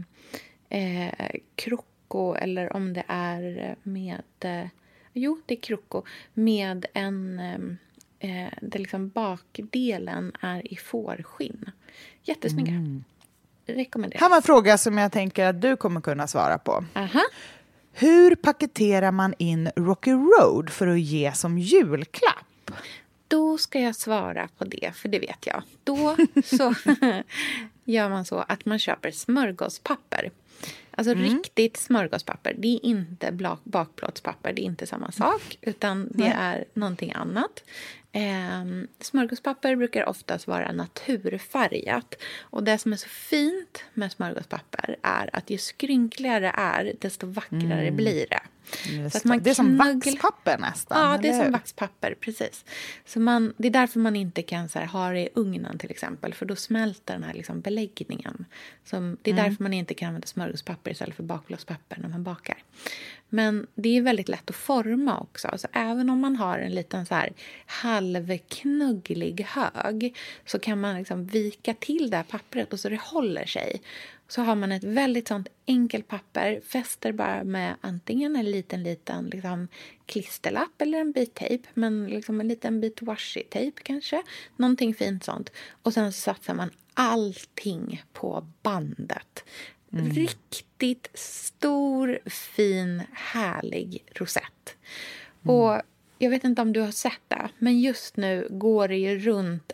kroko, eller om det är med det är kroko med en där liksom bakdelen är i fårskinn. Jättesnygga. Rekommenderar. Här var en fråga som jag tänker att du kommer kunna svara på. Aha. Hur paketerar man in Rocky Road för att ge som julklapp? Då ska jag svara på det, för det vet jag. Då så gör man så att man köper smörgåspapper. Alltså riktigt smörgåspapper. Det är inte bakplåtspapper, det är inte samma sak, utan det är någonting annat. Smörgåspapper brukar oftast vara naturfärgat. Och det som är så fint med smörgåspapper är att ju skrynkligare det är, desto vackrare blir det. Så att man det är som vaxpapper nästan. Ja, det är som vaxpapper, precis. Så det är därför man inte kan så här, ha det i ugnen till exempel. För då smälter den här liksom beläggningen. Det är därför man inte kan använda smörgåspapper istället för bakplåtspapper när man bakar. Men det är väldigt lätt att forma också. Så även om man har en liten så här halvknugglig hög, så kan man liksom vika till det här pappret och så det håller sig. Så har man ett väldigt sånt enkelt papper, fäster bara med antingen en liten liksom klisterlapp eller en bit tejp, men liksom en liten bit washi-tejp kanske, någonting fint sånt. Och sen så satsar man allting på bandet. Riktigt stor, fin, härlig rosett. Och jag vet inte om du har sett det, men just nu går det ju runt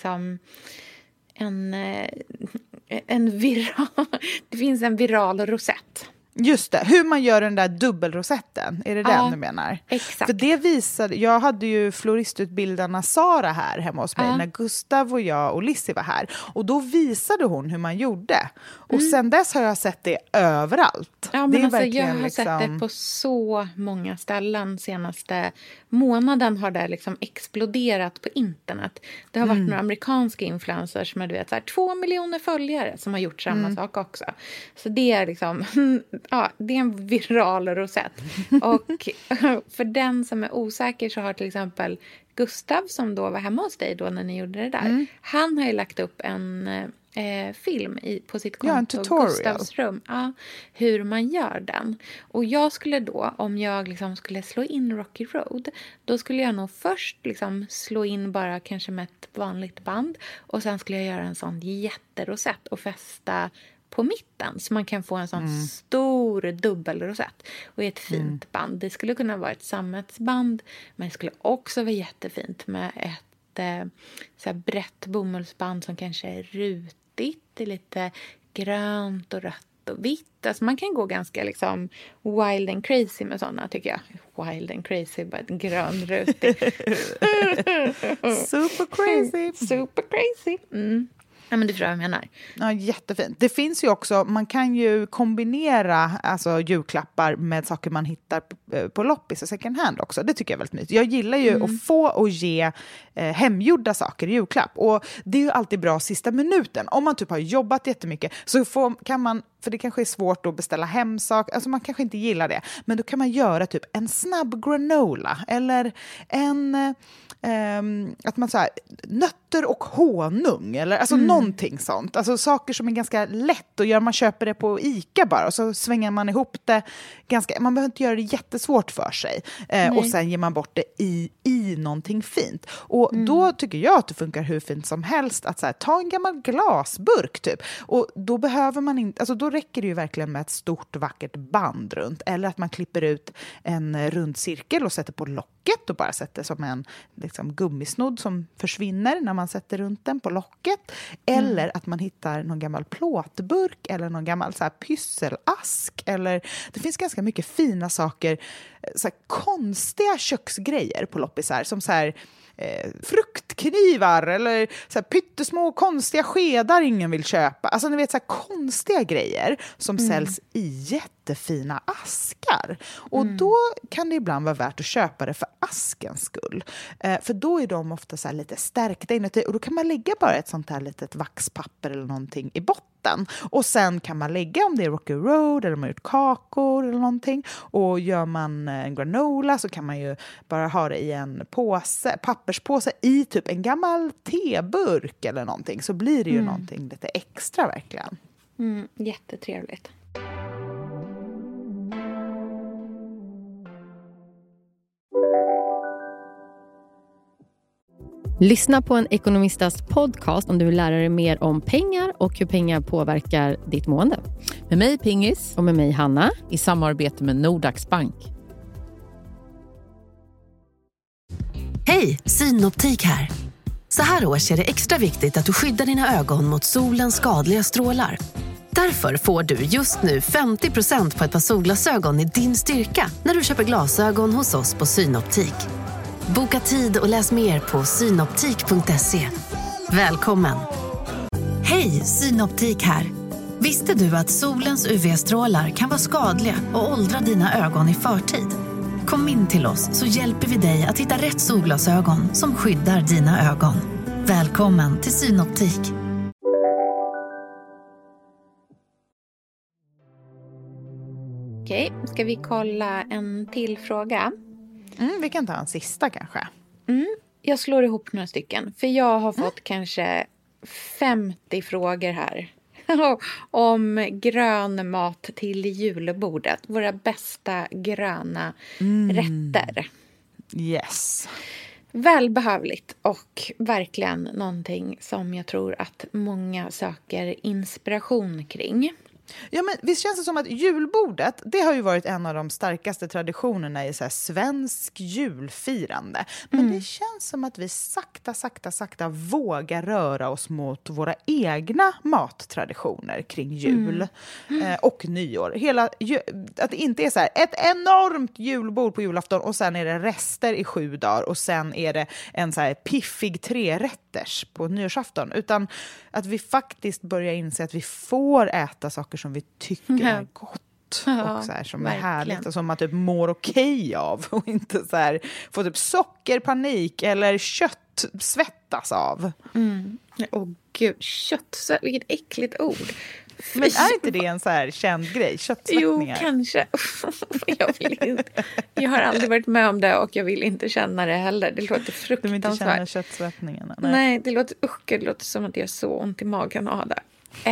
det finns en viral rosett. Just det, hur man gör den där dubbelrosetten, är det den du menar? Exakt. För det visade, jag hade ju floristutbildarna Sara här hemma hos mig när Gustav och jag och Lizzie var här. Och då visade hon hur man gjorde. Och sen dess har jag sett det överallt. Ja, men alltså, jag har sett det på så många ställen. Senaste månaden har det liksom exploderat på internet. Det har varit några amerikanska influencers med 2 miljoner följare som har gjort samma sak också. Så det är liksom... Ja, det är en viral rosett. Och för den som är osäker så har till exempel Gustav, som då var hemma hos dig då när ni gjorde det där. Han har ju lagt upp en film på sitt konto, en tutorial. Gustavs rum. Ja, hur man gör den. Och jag skulle då, om jag liksom skulle slå in Rocky Road, då skulle jag nog först liksom slå in bara kanske med ett vanligt band. Och sen skulle jag göra en sån jätterosett och fästa på mitten, så man kan få en sån stor dubbelrosett och ett fint band. Det skulle kunna vara ett sammetsband, men det skulle också vara jättefint med ett så här brett bomullsband som kanske är rutigt, lite grönt och rött och vitt. Alltså man kan gå ganska liksom wild and crazy med sådana, tycker jag. Wild and crazy, bara grön rutig. Super crazy. Super crazy. Ja, men du förstår vad jag menar. Ja, jättefint. Det finns ju också, man kan ju kombinera alltså julklappar med saker man hittar på loppis och second hand också. Det tycker jag är väldigt mysigt. Jag gillar ju att få och ge hemgjorda saker i julklapp. Och det är ju alltid bra sista minuten. Om man typ har jobbat jättemycket så kan man, för det kanske är svårt att beställa hem saker, alltså man kanske inte gillar det. Men då kan man göra typ en snabb granola eller att man så här, nötter och honung eller alltså någonting sånt. Alltså saker som är ganska lätt att göra. Man köper det på ICA bara och så svänger man ihop det ganska, man behöver inte göra det jättesvårt för sig. Och sen ger man bort det i någonting fint. Och då tycker jag att det funkar hur fint som helst att så här, ta en gammal glasburk typ. Och då behöver man inte, alltså då räcker det ju verkligen med ett stort vackert band runt, eller att man klipper ut en rund cirkel och sätter på locket. locket och bara sätter som en liksom, gummisnodd som försvinner när man sätter runt den på locket. Eller att man hittar någon gammal plåtburk eller någon gammal så här, pysselask. Eller, det finns ganska mycket fina saker, så här, konstiga köksgrejer på loppisar som så här, fruktknivar eller så här pyttesmå konstiga skedar ingen vill köpa. Alltså ni vet så här konstiga grejer som säljs i jättefina askar. Och då kan det ibland vara värt att köpa det för askens skull. För då är de ofta så här lite stärkta inuti och då kan man lägga bara ett sånt här litet vaxpapper eller någonting i botten. Och sen kan man lägga, om det är Rocky Road eller man har gjort kakor eller någonting. Och gör man en granola så kan man ju bara ha det i en papperspåse i typ en gammal teburk eller någonting. Så blir det ju någonting lite extra verkligen. Jättetrevligt. Lyssna på en ekonomistas podcast om du vill lära dig mer om pengar och hur pengar påverkar ditt mående. Med mig Pingis. Och med mig Hanna. I samarbete med Nordax Bank. Hej, Synoptik här. Så här års är det extra viktigt att du skyddar dina ögon mot solens skadliga strålar. Därför får du just nu 50% på ett par solglasögon i din styrka när du köper glasögon hos oss på Synoptik. Boka tid och läs mer på synoptik.se. Välkommen! Hej, Synoptik här. Visste du att solens UV-strålar kan vara skadliga och åldra dina ögon i förtid? Kom in till oss så hjälper vi dig att hitta rätt solglasögon som skyddar dina ögon. Välkommen till Synoptik. Okej, ska vi kolla en till fråga? Vi kan ta en sista kanske. Jag slår ihop några stycken. För jag har fått kanske 50 frågor här. Om grön mat till julbordet. Våra bästa gröna rätter. Yes. Välbehövligt och verkligen någonting som jag tror att många söker inspiration kring. Ja, men visst känns det som att julbordet, det har ju varit en av de starkaste traditionerna i så här svensk julfirande. Men det känns som att vi sakta vågar röra oss mot våra egna mattraditioner kring jul och nyår. Att det inte är så här ett enormt julbord på julafton och sen är det rester i 7 dagar och sen är det en så här piffig 3-rätters på nyårsafton. Utan att vi faktiskt börjar inse att vi får äta saker som vi tycker är gott och så här, som är härligt och som man typ mår okej av och inte så här får typ sockerpanik eller köttsvettas av. Gud, köttsvett, vilket äckligt ord. Men är inte det en så här känd grej, köttsvettningar? Jo, kanske. Jag har aldrig varit med om det och jag vill inte känna det heller. Det låter fruktansvärt. Du vill inte känna köttsvettningarna? Nej, det låter som att det gör så ont i magen att ha det.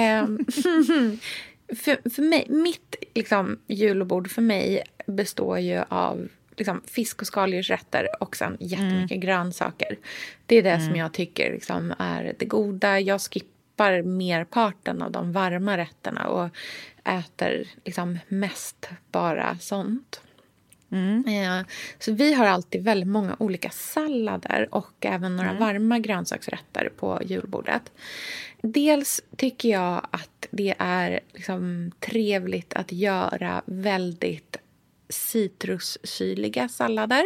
För mig, mitt liksom, julbord för mig består ju av liksom, fisk- och skaldjursrätter och sen jättemycket grönsaker. Det är det som jag tycker liksom, är det goda. Jag skippar merparten av de varma rätterna och äter liksom, mest bara sånt. Så vi har alltid väldigt många olika sallader och även några varma grönsaksrätter på julbordet. Dels tycker jag att det är liksom trevligt att göra väldigt citrussyrliga sallader.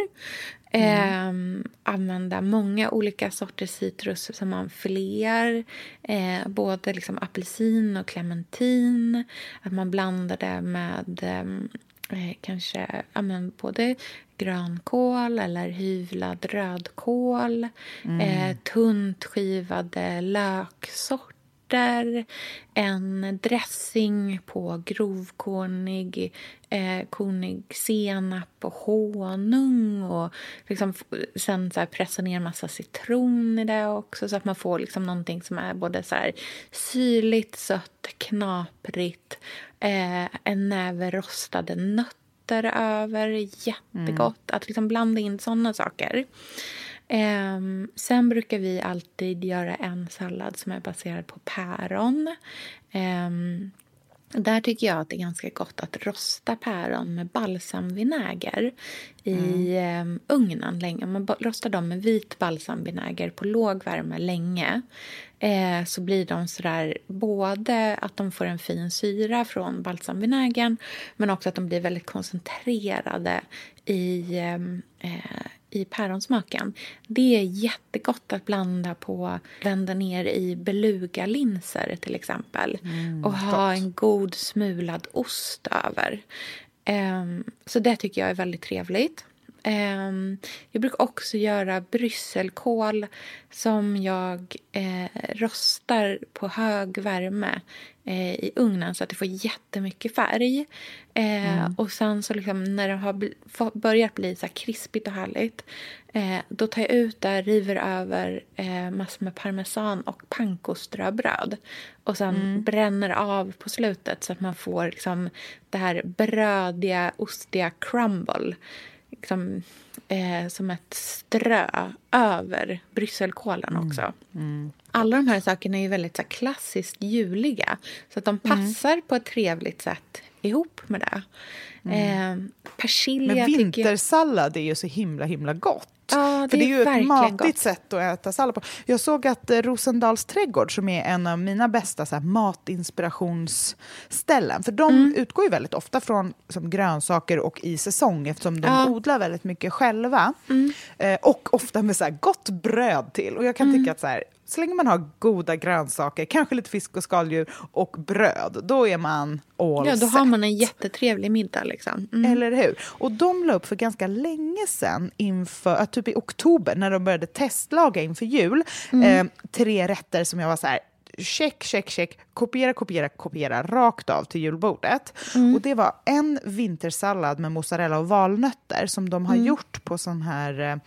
Använda många olika sorters citrus som man filear. Både liksom apelsin och clementin. Att man blandar det med kanske både grönkål eller hyvlad rödkål. Tunt skivade löksorter. En dressing på grovkornig senap och honung och liksom sen så här pressa ner massa citron i det också så att man får liksom någonting som är både så här syrligt, sött, knaprigt, en näve rostade nötter över, jättegott att liksom blanda in sådana saker. Sen brukar vi alltid göra en sallad som är baserad på päron. Där tycker jag att det är ganska gott att rosta päron med balsamvinäger i ugnen länge. Om man rostar dem med vit balsamvinäger på låg värme länge, så blir de sådär, både att de får en fin syra från balsamvinägern, men också att de blir väldigt koncentrerade i päronsmaken. Det är jättegott att blanda vända ner i belugalinser till exempel. Och ha en god smulad ost över. Så det tycker jag är väldigt trevligt. Jag brukar också göra brysselkål som jag rostar på hög värme i ugnen så att det får jättemycket färg. Och sen så liksom, när det har börjat bli så här krispigt och härligt, då tar jag ut det, river över massor med parmesan och pankoströbröd. Och sen bränner av på slutet så att man får liksom det här brödiga, ostiga crumble. Liksom, som ett strö över brysselkålen också. Alla de här sakerna är ju väldigt så här, klassiskt juliga. Så att de passar på ett trevligt sätt ihop med det. Persilja. Men vintersallad är ju så himla gott. Ja, för det är ju ett matigt gott sätt att äta sallad på. Jag såg att Rosendals trädgård, som är en av mina bästa så här, matinspirationsställen, för de utgår ju väldigt ofta från som grönsaker och i säsong, eftersom de odlar väldigt mycket själva. Och ofta med så här, gott bröd till. Och jag kan tycka att så här, så länge man har goda grönsaker, kanske lite fisk och skaldjur och bröd, då är man all då set. har man en jättetrevlig middag liksom. Eller hur? Och de la upp för ganska länge sedan, inför, typ i oktober, när de började testlaga inför jul, 3 rätter som jag var så här, check, kopiera rakt av till julbordet. Och det var en vintersallad med mozzarella och valnötter som de har gjort på sån här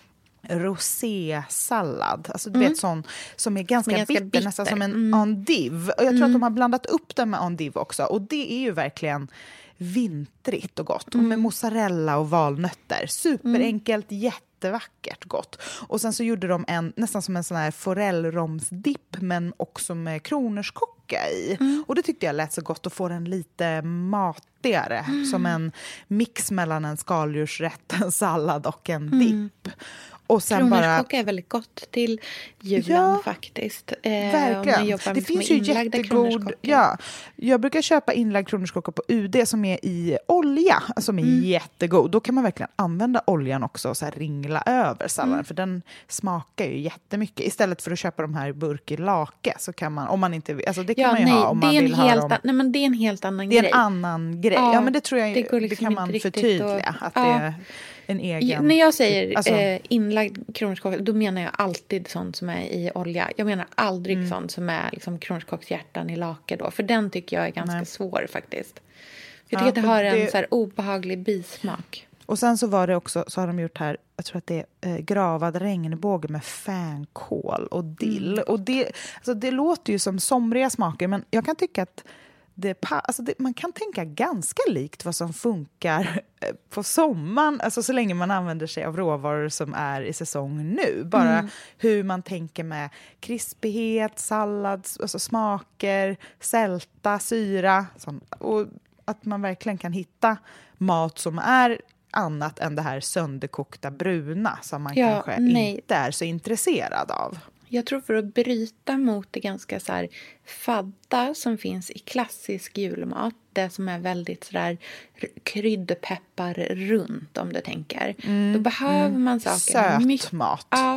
rosé-sallad. Alltså du vet sån som är ganska bitter, nästan som en endive. Och jag tror att de har blandat upp den med endive också. Och det är ju verkligen vintrigt och gott. Och med mozzarella och valnötter. Superenkelt, jättevackert gott. Och sen så gjorde de nästan som en sån här forellromsdipp, men också med kronärtskocka i. Och det tyckte jag lät så gott att få den lite matigare. Som en mix mellan en skaldjursrätt, en sallad och en dipp. Kronärtskocka är väldigt gott till julen faktiskt. Verkligen. Det finns ju jättegod... Ja, jag brukar köpa inlagd kronärtskocka på UD som är i olja, som är jättegod. Då kan man verkligen använda oljan också och så här ringla över salladen, för den smakar ju jättemycket. Istället för att köpa de här burk i lake, så kan man, om man inte vill, alltså det kan man ju ha om man vill ha dem. Nej, men det är en helt annan grej. Det är en annan grej. Ja, men det tror jag det liksom kan man förtydliga. Att det är en egen... När jag säger inlagd kronärtskocka, då menar jag alltid sånt som är i olja. Jag menar aldrig sånt som är liksom kronärtskockshjärtan i lake då. För den tycker jag är ganska svår faktiskt. Jag tycker att det har en så här obehaglig bismak. Och sen så var det också, så har de gjort här, jag tror att det är gravad regnbåge med fänkål och dill. Och det låter ju som somriga smaker, men jag kan tycka att man kan tänka ganska likt vad som funkar på sommaren, alltså så länge man använder sig av råvaror som är i säsong nu. Bara hur man tänker med krispighet, sallad, alltså smaker, sälta, syra. Och att man verkligen kan hitta mat som är annat än det här sönderkokta bruna som man kanske inte är så intresserad av. Jag tror för att bryta mot det ganska så här fadda som finns i klassisk julmat, det som är väldigt så där kryddpeppar runt, om du tänker. Då behöver man saker. Sötmat. Ja,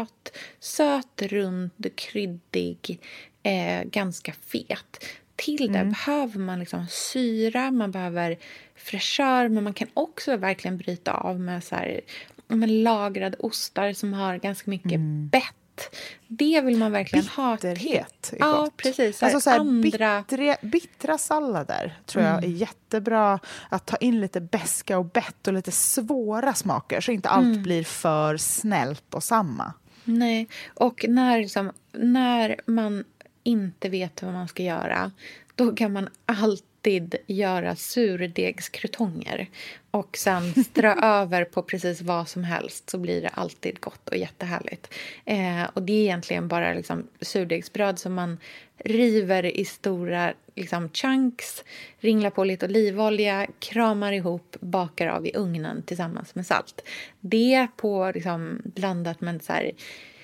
söt, rund, kryddig, ganska fet. Till det behöver man liksom syra, man behöver fräschör, men man kan också verkligen bryta av med så här, med lagrade ostar som har ganska mycket bett. Det vill man verkligen ha. Bitterhet är ja, gott. Precis. Alltså så här bittra sallader tror jag är jättebra att ta in lite beska och bett och lite svåra smaker så inte allt blir för snällt och samma. Nej, och när man inte vet vad man ska göra, då kan man alltid alltid göra surdegskrutonger och sen strö över på precis vad som helst, så blir det alltid gott och jättehärligt. Och det är egentligen bara liksom surdegsbröd som man river i stora liksom chunks, ringlar på lite olivolja, kramar ihop, bakar av i ugnen tillsammans med salt. Det på liksom blandat med så här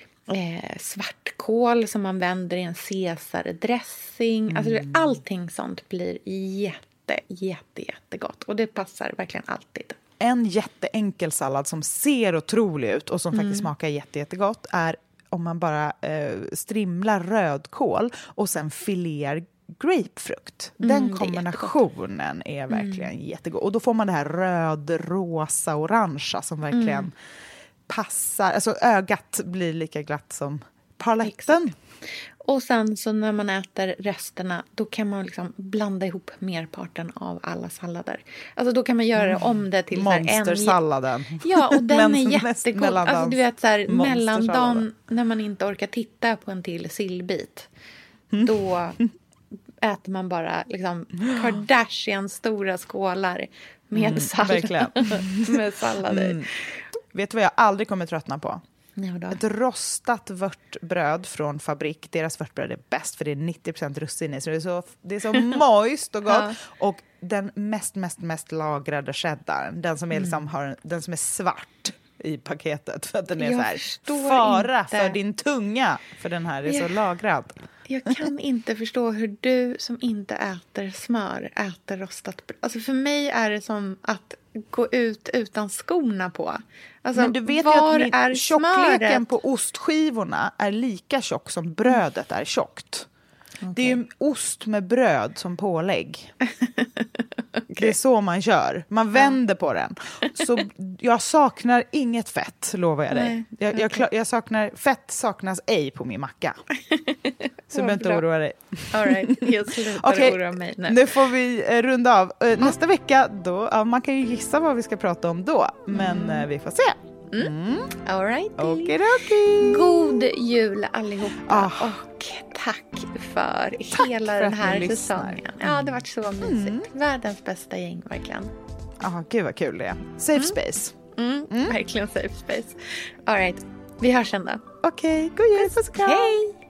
svartkål som man vänder i en caesardressing. Alltså allting sånt blir jättegott. Och det passar verkligen alltid. En jätteenkel sallad som ser otrolig ut och som faktiskt smakar jättegott är om man bara strimlar rödkål och sen filear grapefrukt. Den kombinationen är verkligen jättegod. Och då får man det här röd, rosa, orangea som verkligen passar. Alltså ögat blir lika glatt som paletten. Och sen så när man äter resterna, då kan man liksom blanda ihop merparten av alla sallader. Alltså då kan man göra om det till monstersalladen. Ja, och den är jättegod. Alltså du vet så här, mellandagen när man inte orkar titta på en till sillbit. Då äter man bara liksom Kardashian stora skålar med sallad. Med sallader. Vet du vad jag aldrig kommer tröttna på? Ja, ett rostat vörtbröd från Fabrik. Deras vörtbröd är bäst för det är 90% russin i. Så det är så moist och gott. Och den mest lagrade cheddaren. Den som är, liksom, den som är svart i paketet. För att den är så här fara inte för din tunga. För den här är så lagrad. Jag kan inte förstå hur du som inte äter smör äter rostat bröd. Alltså för mig är det som att gå ut utan skorna på. Alltså, men du vet ju att tjockleken på ostskivorna är lika tjock som brödet är tjockt. Okay. Det är ju ost med bröd som pålägg. Det är så man kör. Man vänder på den. Så jag saknar inget fett, lovar jag dig. Jag saknar, fett saknas ej på min macka. Så du behöver inte oroa dig. All right, jag slutar oroa mig nu. Nu får vi runda av. Nästa vecka, då, man kan ju gissa vad vi ska prata om då. Men vi får se. All right. Okidoki. God jul allihopa. Och tack för hela den här säsongen. Ja, det har varit så mysigt. Världens bästa gäng, verkligen. Gud vad kul det är. Safe space. Verkligen safe space. All right. Vi hörs sen då. Okej, god jul. Hej.